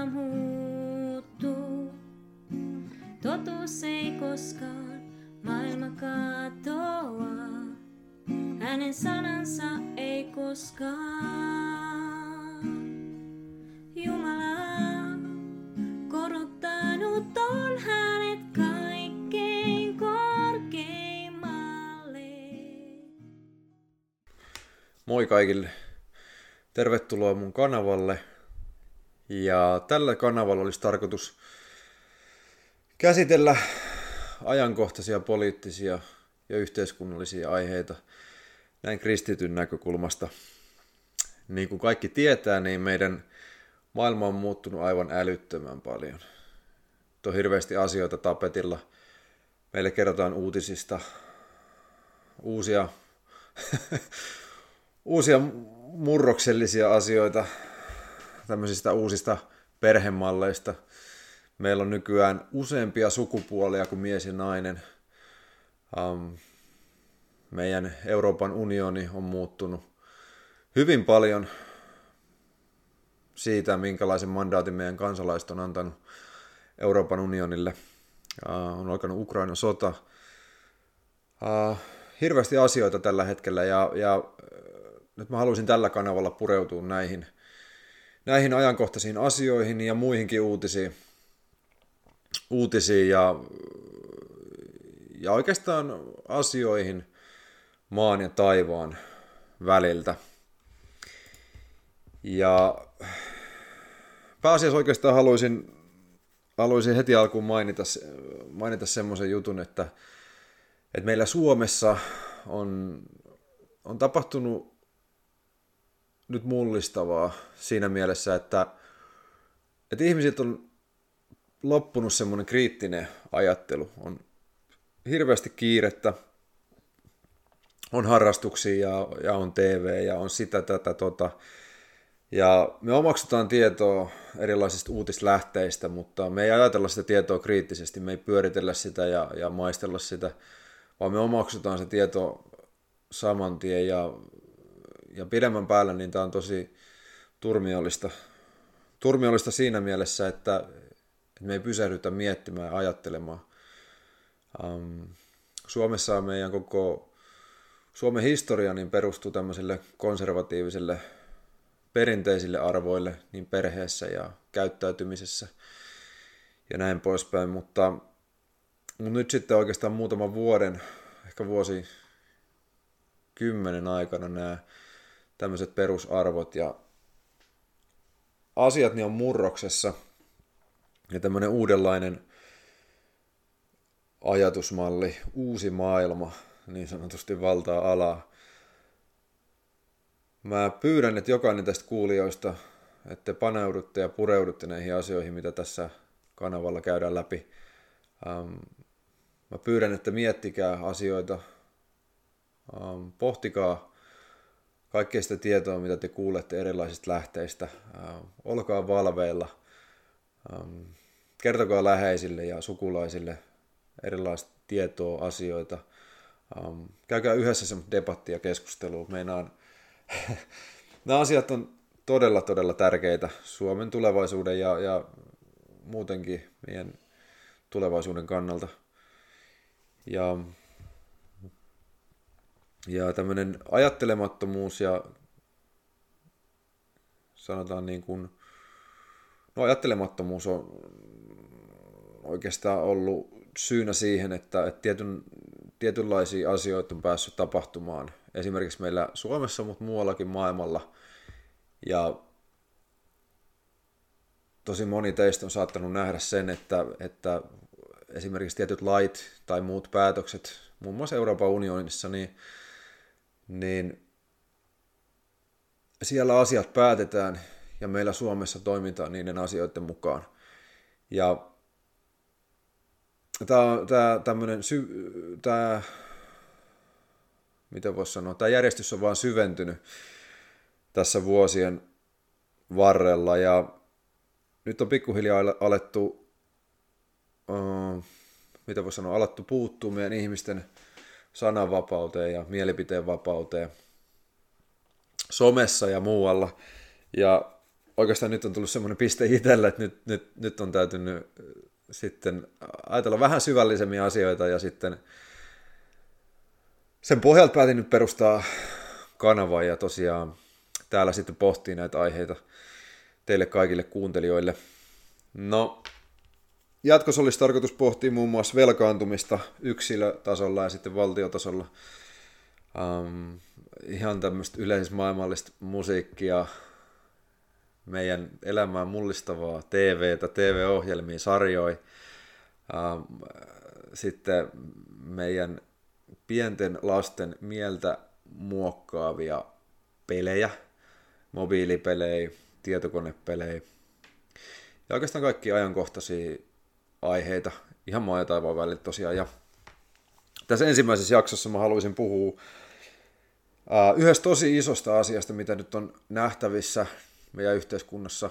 aina muuttuu. Totuus ei koskaan maailma katoa. Hänen sanansa ei koskaan. Jumala korottanut on hänet kaikkein korkeimmalle. Moi kaikille. Tervetuloa mun kanavalle. Ja tällä kanavalla olisi tarkoitus käsitellä ajankohtaisia poliittisia ja yhteiskunnallisia aiheita näin kristityn näkökulmasta. Niin kuin kaikki tietää, niin meidän maailma on muuttunut aivan älyttömän paljon. On hirveästi asioita tapetilla. Meille kerrotaan uutisista uusia murroksellisia asioita, tämmöisistä uusista perhemalleista. Meillä on nykyään useampia sukupuolia kuin mies ja nainen. Meidän Euroopan unioni on muuttunut hyvin paljon siitä, minkälaisen mandaatin meidän kansalaiset on antanut Euroopan unionille. On alkanut Ukrainan sota. Hirveästi asioita tällä hetkellä ja nyt mä haluaisin tällä kanavalla pureutua näihin ajankohtaisiin asioihin ja muihinkin uutisiin ja oikeastaan asioihin maan ja taivaan väliltä. Ja pääasiassa oikeastaan haluaisin heti alkuun mainita semmoisen jutun, että meillä Suomessa on tapahtunut nyt mullistavaa siinä mielessä, että ihmisiltä on loppunut semmoinen kriittinen ajattelu. On hirveästi kiirettä, on harrastuksia ja on TV ja on sitä, tätä. Ja me omaksutaan tietoa erilaisista uutislähteistä, mutta me ei ajatella sitä tietoa kriittisesti, me ei pyöritellä sitä ja maistella sitä, vaan me omaksutaan se tieto saman tien ja pidemmän päällä niin tämä on tosi turmiollista siinä mielessä, että me ei pysähdytä miettimään ja ajattelemaan. Suomessa meidän koko Suomen historia niin perustuu tämmöiselle konservatiiviselle perinteisille arvoille niin perheessä ja käyttäytymisessä ja näin poispäin, mutta nyt sitten oikeastaan muutaman vuoden, ehkä vuosikymmenen aikana nämä tämmöiset perusarvot ja asiat niin on murroksessa ja tämmöinen uudenlainen ajatusmalli, uusi maailma niin sanotusti valtaa alaa. Mä pyydän, että jokainen tästä kuulijoista, että paneudutte ja pureudutte näihin asioihin, mitä tässä kanavalla käydään läpi. Mä pyydän, että miettikää asioita, pohtikaa kaikkea sitä tietoa, mitä te kuulette erilaisista lähteistä. Olkaa valveilla, kertokaa läheisille ja sukulaisille erilaista tietoa, asioita. Käykää yhdessä semmoista debattia ja keskustelua. Meinaan, nämä asiat on todella, todella tärkeitä Suomen tulevaisuuden ja muutenkin meidän tulevaisuuden kannalta. Ja tämmöinen ajattelemattomuus ja sanotaan niin kuin, ajattelemattomuus on oikeastaan ollut syynä siihen, että tietynlaisia asioita on päässyt tapahtumaan. Esimerkiksi meillä Suomessa, mutta muuallakin maailmalla. Ja tosi moni teistä on saattanut nähdä sen, että esimerkiksi tietyt lait tai muut päätökset, muun muassa Euroopan unionissa, niin siellä asiat päätetään ja meillä Suomessa toimitaan niiden asioiden mukaan. Ja tämä järjestys on vaan syventynyt tässä vuosien varrella ja nyt on pikkuhiljaa alettu puuttua meidän ihmisten sananvapauteen ja mielipiteenvapauteen somessa ja muualla. Ja oikeastaan nyt on tullut semmoinen piste itselle, että nyt on täytynyt sitten ajatella vähän syvällisemmin asioita ja sitten sen pohjalta päätin nyt perustaa kanavan ja tosiaan täällä sitten pohtii näitä aiheita teille kaikille kuuntelijoille. No, jatkossa olisi tarkoitus pohtia muun muassa velkaantumista yksilötasolla ja sitten valtiotasolla. Ihan tämmöistä yleismaailmallista musiikkia, meidän elämää mullistavaa TVtä, TV-ohjelmia, sarjoja, sitten meidän pienten lasten mieltä muokkaavia pelejä, mobiilipelejä, tietokonepelejä ja oikeastaan kaikki ajankohtaisia aiheita, ihan maa ja taivaan välillä tosiaan. Ja tässä ensimmäisessä jaksossa mä haluaisin puhua yhdestä tosi isosta asiasta, mitä nyt on nähtävissä meidän yhteiskunnassa.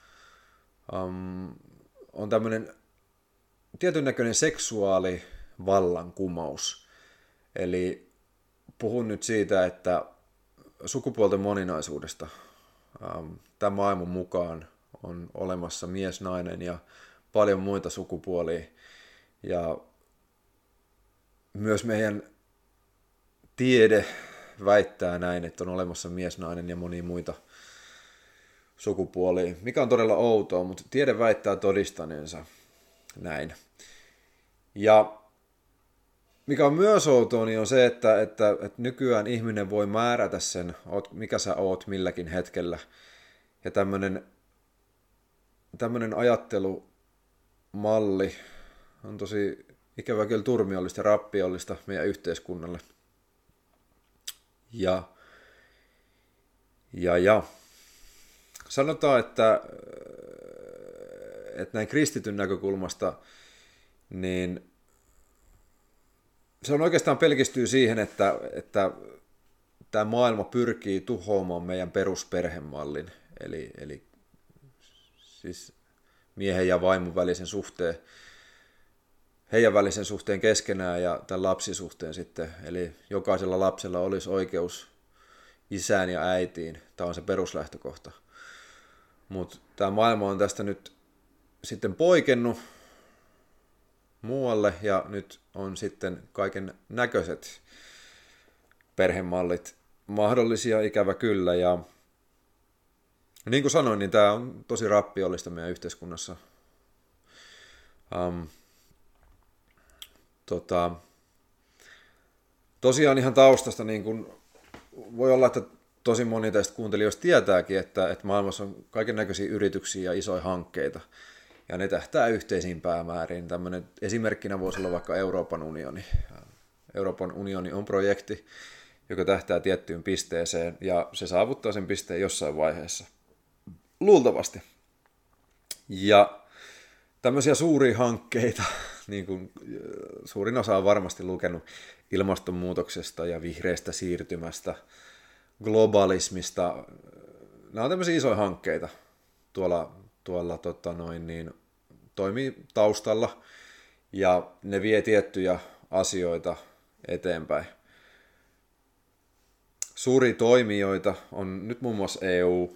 On tämmöinen tietyn näköinen seksuaalivallankumous. Eli puhun nyt siitä, että sukupuolten moninaisuudesta tämän maailman mukaan on olemassa mies, nainen ja paljon muita sukupuolia. Ja myös meidän tiede väittää näin, että on olemassa mies, nainen ja monia muita sukupuolia, mikä on todella outoa, mutta tiede väittää todistaneensa näin. Ja mikä on myös outoa, niin on se, että nykyään ihminen voi määrätä sen, mikä sä oot milläkin hetkellä. Ja tämmöinen ajattelumalli on tosi ikävä kyllä turmiollista ja rappiollista meidän yhteiskunnalle. Ja sanotaan, että näin kristityn näkökulmasta, niin se on oikeastaan pelkistyy siihen, että tämä maailma pyrkii tuhoamaan meidän perusperhemallin, eli siis miehen ja vaimon välisen suhteen, heidän välisen suhteen keskenään ja tämän lapsisuhteen sitten. Eli jokaisella lapsella olisi oikeus isään ja äitiin. Tämä on se peruslähtökohta. Mutta tämä maailma on tästä nyt sitten poikennut muualle ja nyt on sitten kaiken näköiset perhemallit mahdollisia, ikävä kyllä. Ja niin kuin sanoin, niin tämä on tosi rappiollista meidän yhteiskunnassa. Tosiaan ihan taustasta, niin kun voi olla, että tosi moni teistä kuuntelijoista tietääkin, että maailmassa on kaikennäköisiä yrityksiä ja isoja hankkeita, ja ne tähtää yhteisiin päämääriin. Tämmöinen esimerkkinä voisi olla vaikka Euroopan unioni. Euroopan unioni on projekti, joka tähtää tiettyyn pisteeseen, ja se saavuttaa sen pisteen jossain vaiheessa. Luultavasti. Ja tämmöisiä suuria hankkeita, niin kuin suurin osa on varmasti lukenut ilmastonmuutoksesta ja vihreästä siirtymästä, globalismista. Nämä on tämmöisiä isoja hankkeita tuolla toimii taustalla ja ne vie tiettyjä asioita eteenpäin. Suuria toimijoita on nyt muun muassa EU,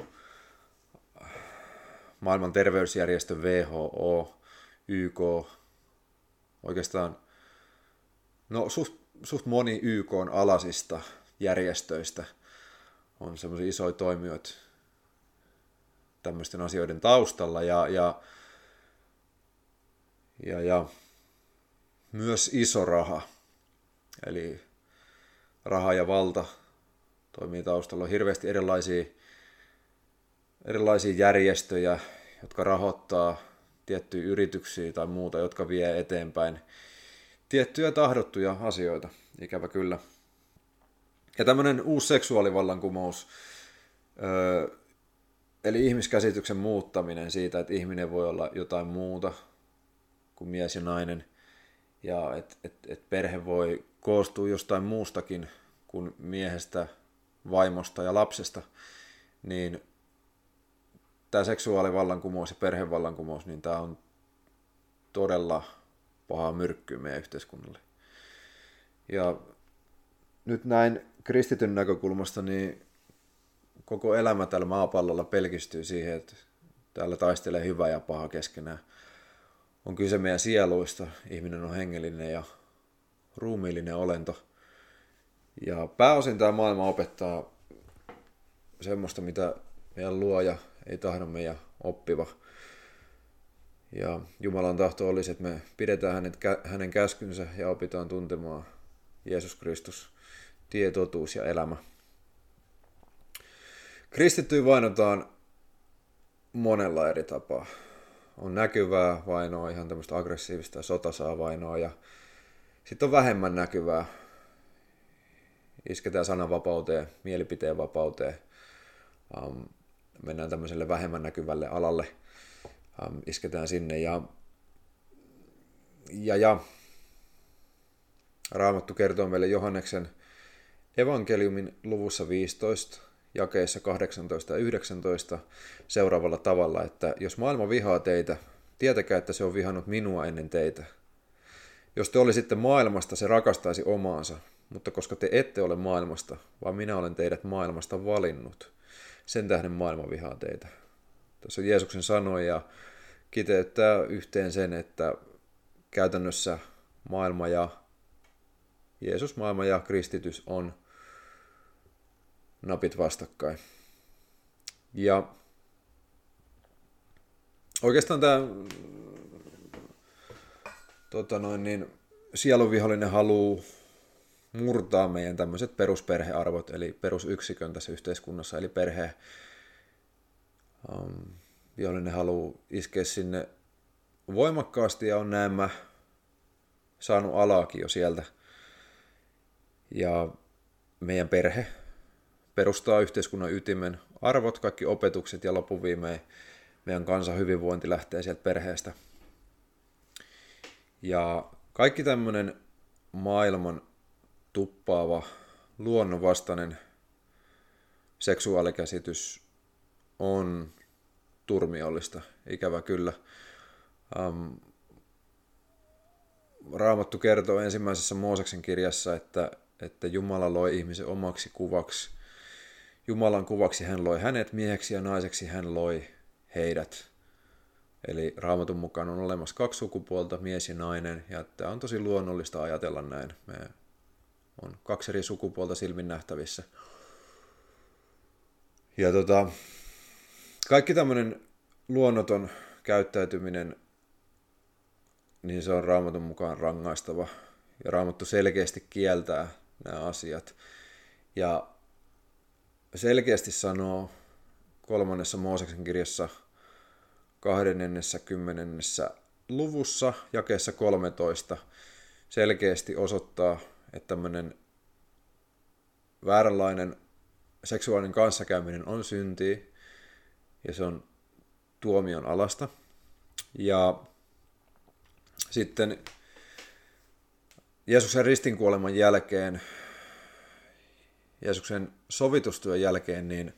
maailman terveysjärjestö WHO, YK, oikeastaan suht moni YK:n alaisista järjestöistä on semmoisia isoja toimijoita tämmöisten asioiden taustalla ja myös iso raha, eli raha ja valta toimii taustalla. On hirveästi erilaisia järjestöjä, jotka rahoittaa tiettyjä yrityksiä tai muuta, jotka vie eteenpäin tiettyjä tahdottuja asioita, ikävä kyllä. Ja tämmöinen uusi seksuaalivallankumous, eli ihmiskäsityksen muuttaminen siitä, että ihminen voi olla jotain muuta kuin mies ja nainen, ja että perhe voi koostua jostain muustakin kuin miehestä, vaimosta ja lapsesta, niin tämä seksuaalivallankumous ja perhevallankumous, niin tämä on todella paha myrkkyä meidän yhteiskunnalle. Ja nyt näin kristityn näkökulmasta, niin koko elämä tällä maapallolla pelkistyy siihen, että täällä taistelee hyvä ja paha keskenään. On kyse meidän sieluista. Ihminen on hengellinen ja ruumiillinen olento. Ja pääosin tämä maailma opettaa semmoista, mitä meidän luoja ei tahdo meidän oppiva. Ja Jumalan tahto olisi, että me pidetään hänen käskynsä ja opitaan tuntemaan Jeesus Kristus, tie, totuus ja elämä. Kristittyjä vainotaan monella eri tapaa. On näkyvää vainoa, ihan tämmöistä aggressiivista ja sotasaa vainoa, ja sitten on vähemmän näkyvää. Isketään sananvapauteen, mielipiteen vapauteen. Mennään tämmöiselle vähemmän näkyvälle alalle. Isketään sinne ja Raamattu kertoo meille Johanneksen evankeliumin luvussa 15, jakeissa 18 ja 19 seuraavalla tavalla, että jos maailma vihaa teitä, tietäkää, että se on vihannut minua ennen teitä. Jos te olisitte maailmasta, se rakastaisi omaansa, mutta koska te ette ole maailmasta, vaan minä olen teidät maailmasta valinnut, sen tähden maailma vihaa teitä. Tässä on Jeesuksen sanoja ja kiteyttää yhteen sen, että käytännössä maailma ja Jeesus, maailma ja kristitys on napit vastakkain. Ja oikeastaan tämä sielunvihollinen haluaa murtaa meidän tämmöiset perusperhearvot, eli perusyksikön tässä yhteiskunnassa, eli perhe. Vihollinen haluaa iskeä sinne voimakkaasti ja on näemmä saanut alaakin jo sieltä. Ja meidän perhe perustaa yhteiskunnan ytimen, arvot, kaikki opetukset ja loppuviimein meidän kansan hyvinvointi lähtee sieltä perheestä. Ja kaikki tämmöinen maailman tuppaava, luonnonvastainen seksuaalikäsitys on turmiollista, ikävä kyllä. Raamattu kertoo ensimmäisessä Mooseksen kirjassa, että Jumala loi ihmisen omaksi kuvaksi. Jumalan kuvaksi hän loi hänet, mieheksi ja naiseksi hän loi heidät. Eli Raamatun mukaan on olemassa 2 sukupuolta, mies ja nainen, ja tämä on tosi luonnollista ajatella näin. Me on 2 eri sukupuolta silmin nähtävissä. Ja kaikki tämmöinen luonnoton käyttäytyminen, niin se on Raamatun mukaan rangaistava. Ja Raamattu selkeästi kieltää nämä asiat. Ja selkeästi sanoo 3. Mooseksen kirjassa 20. luvussa, jakeessa 13, selkeästi osoittaa, että tämmöinen vääränlainen seksuaalinen kanssakäyminen on syntiä ja se on tuomion alasta. Ja sitten Jeesuksen ristinkuoleman jälkeen, Jeesuksen sovitustyön jälkeen, niin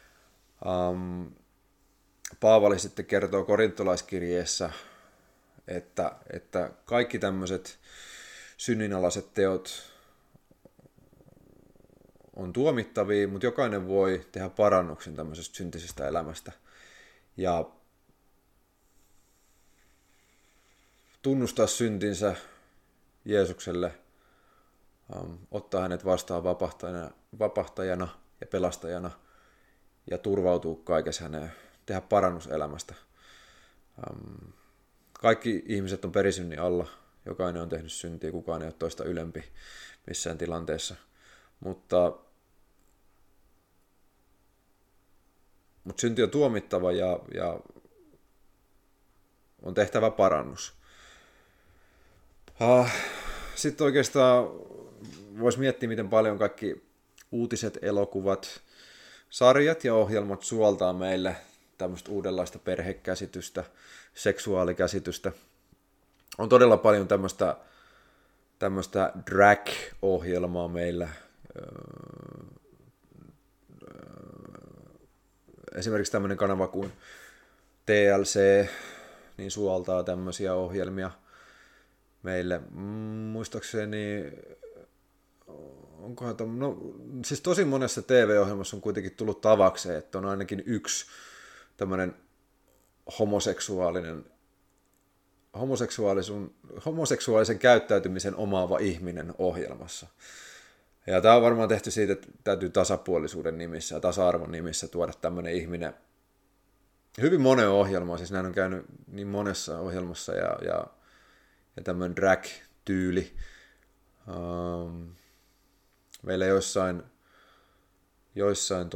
Paavali sitten kertoo korintolaiskirjeessä, että kaikki tämmöiset synninalaiset teot on tuomittavia, mutta jokainen voi tehdä parannuksen tämmöisestä syntisestä elämästä. Ja tunnustaa syntinsä Jeesukselle, ottaa hänet vastaan vapahtajana ja pelastajana ja turvautuu kaikessa häneen, tehdä parannuselämästä. Kaikki ihmiset on perisynnin alla, jokainen on tehnyt syntiä, kukaan ei ole toista ylempi missään tilanteessa. Mutta synti on tuomittava ja on tehtävä parannus. Sitten oikeastaan voisi miettiä, miten paljon kaikki uutiset, elokuvat, sarjat ja ohjelmat suoltaa meille tämmöistä uudenlaista perhekäsitystä, seksuaalikäsitystä. On todella paljon tämmöistä drag-ohjelmaa meillä. Esimerkiksi tämmöinen kanava kuin TLC niin suoltaa tämmöisiä ohjelmia meille. Muistaakseni onkohan no, siis tosi monessa TV-ohjelmassa on kuitenkin tullut tavakseen, että on ainakin yksi tämmöinen homoseksuaalisen käyttäytymisen omaava ihminen ohjelmassa. Ja tämä on varmaan tehty siitä, että täytyy tasapuolisuuden nimissä ja tasa-arvon nimissä tuoda tämmöinen ihminen hyvin monen ohjelmaan, siis näin on käynyt niin monessa ohjelmassa ja tämmöinen drag-tyyli. Meillä joissain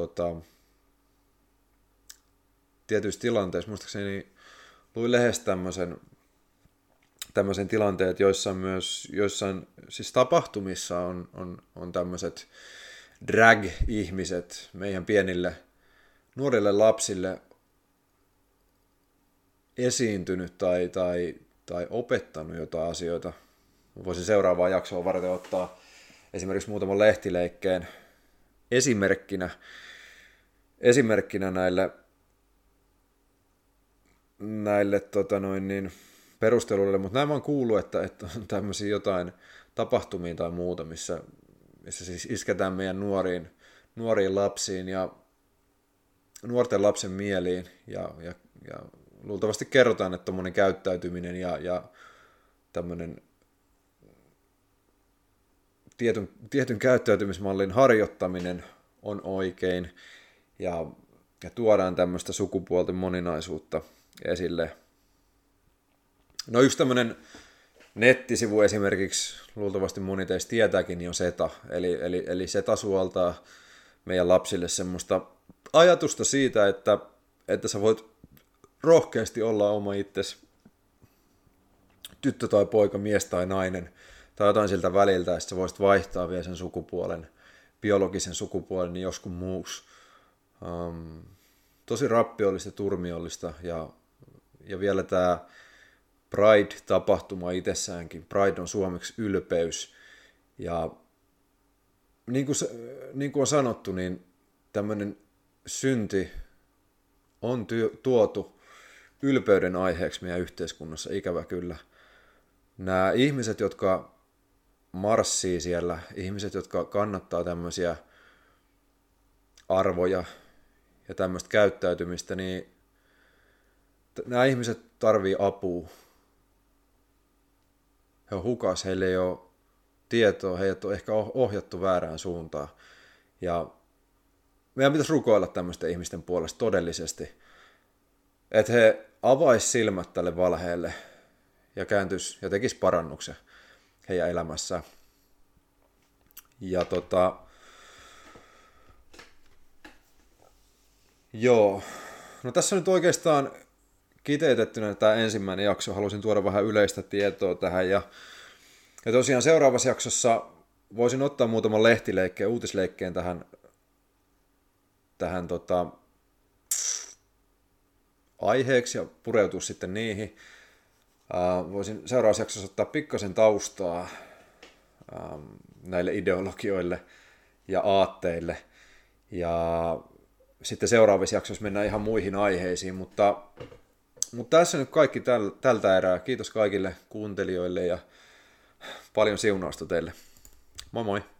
tietyissä tilanteissa, muistaakseni luin lehdestä tämmöisen tilanteen, että joissain siis tapahtumissa on tämmöiset drag-ihmiset meidän pienille nuorille lapsille esiintynyt tai opettanut jotain asioita. Voisin seuraavaa jaksoa varten ottaa esimerkiksi muutaman lehtileikkeen esimerkkinä näille perusteluille, mutta näin mä oon kuullut, että on tämmöisiä jotain tapahtumia tai muuta, missä siis isketään meidän nuoriin lapsiin ja nuorten lapsen mieliin ja luultavasti kerrotaan, että tommoinen käyttäytyminen ja tämmöinen tietyn käyttäytymismallin harjoittaminen on oikein ja tuodaan tämmöistä sukupuolten moninaisuutta esille. No yksi tämmöinen nettisivu esimerkiksi, luultavasti moni teistä tietääkin, niin on SETA. Eli SETA suoltaa meidän lapsille semmoista ajatusta siitä, että sä voit rohkeasti olla oma itsesi, tyttö tai poika, mies tai nainen, tai jotain siltä väliltä, ja sä voisit vaihtaa vielä sen sukupuolen, biologisen sukupuolen, niin joskus muuksi. Tosi rappiollista, turmiollista, ja vielä tämä Pride-tapahtuma itsessäänkin. Pride on suomeksi ylpeys, ja niin kuin on sanottu, niin tämmöinen synti on tuotu ylpeyden aiheeksi meidän yhteiskunnassa, ikävä kyllä. Nämä ihmiset, jotka marssii siellä, ihmiset, jotka kannattaa tämmöisiä arvoja ja tämmöistä käyttäytymistä, niin nämä ihmiset tarvii apua. He on hukas, heille ei ole tietoa, heidät on ehkä ohjattu väärään suuntaan. Ja meidän pitäisi rukoilla tämmöisten ihmisten puolesta todellisesti, että he avaisi silmät tälle valheelle ja kääntyisi ja tekisi parannuksen heidän elämässään. Ja joo, no tässä on nyt oikeastaan kiteytettynä tämä ensimmäinen jakso. Halusin tuoda vähän yleistä tietoa tähän ja tosiaan seuraavassa jaksossa voisin ottaa muutaman lehtileikkeen, uutisleikkeen tähän aiheeksi ja pureutua sitten niihin. Voisin seuraavassa jaksossa ottaa pikkasen taustaa näille ideologioille ja aatteille. Ja sitten seuraavassa jaksossa mennään ihan muihin aiheisiin, mutta tässä nyt kaikki tältä erää. Kiitos kaikille kuuntelijoille ja paljon siunausta teille. Moi moi!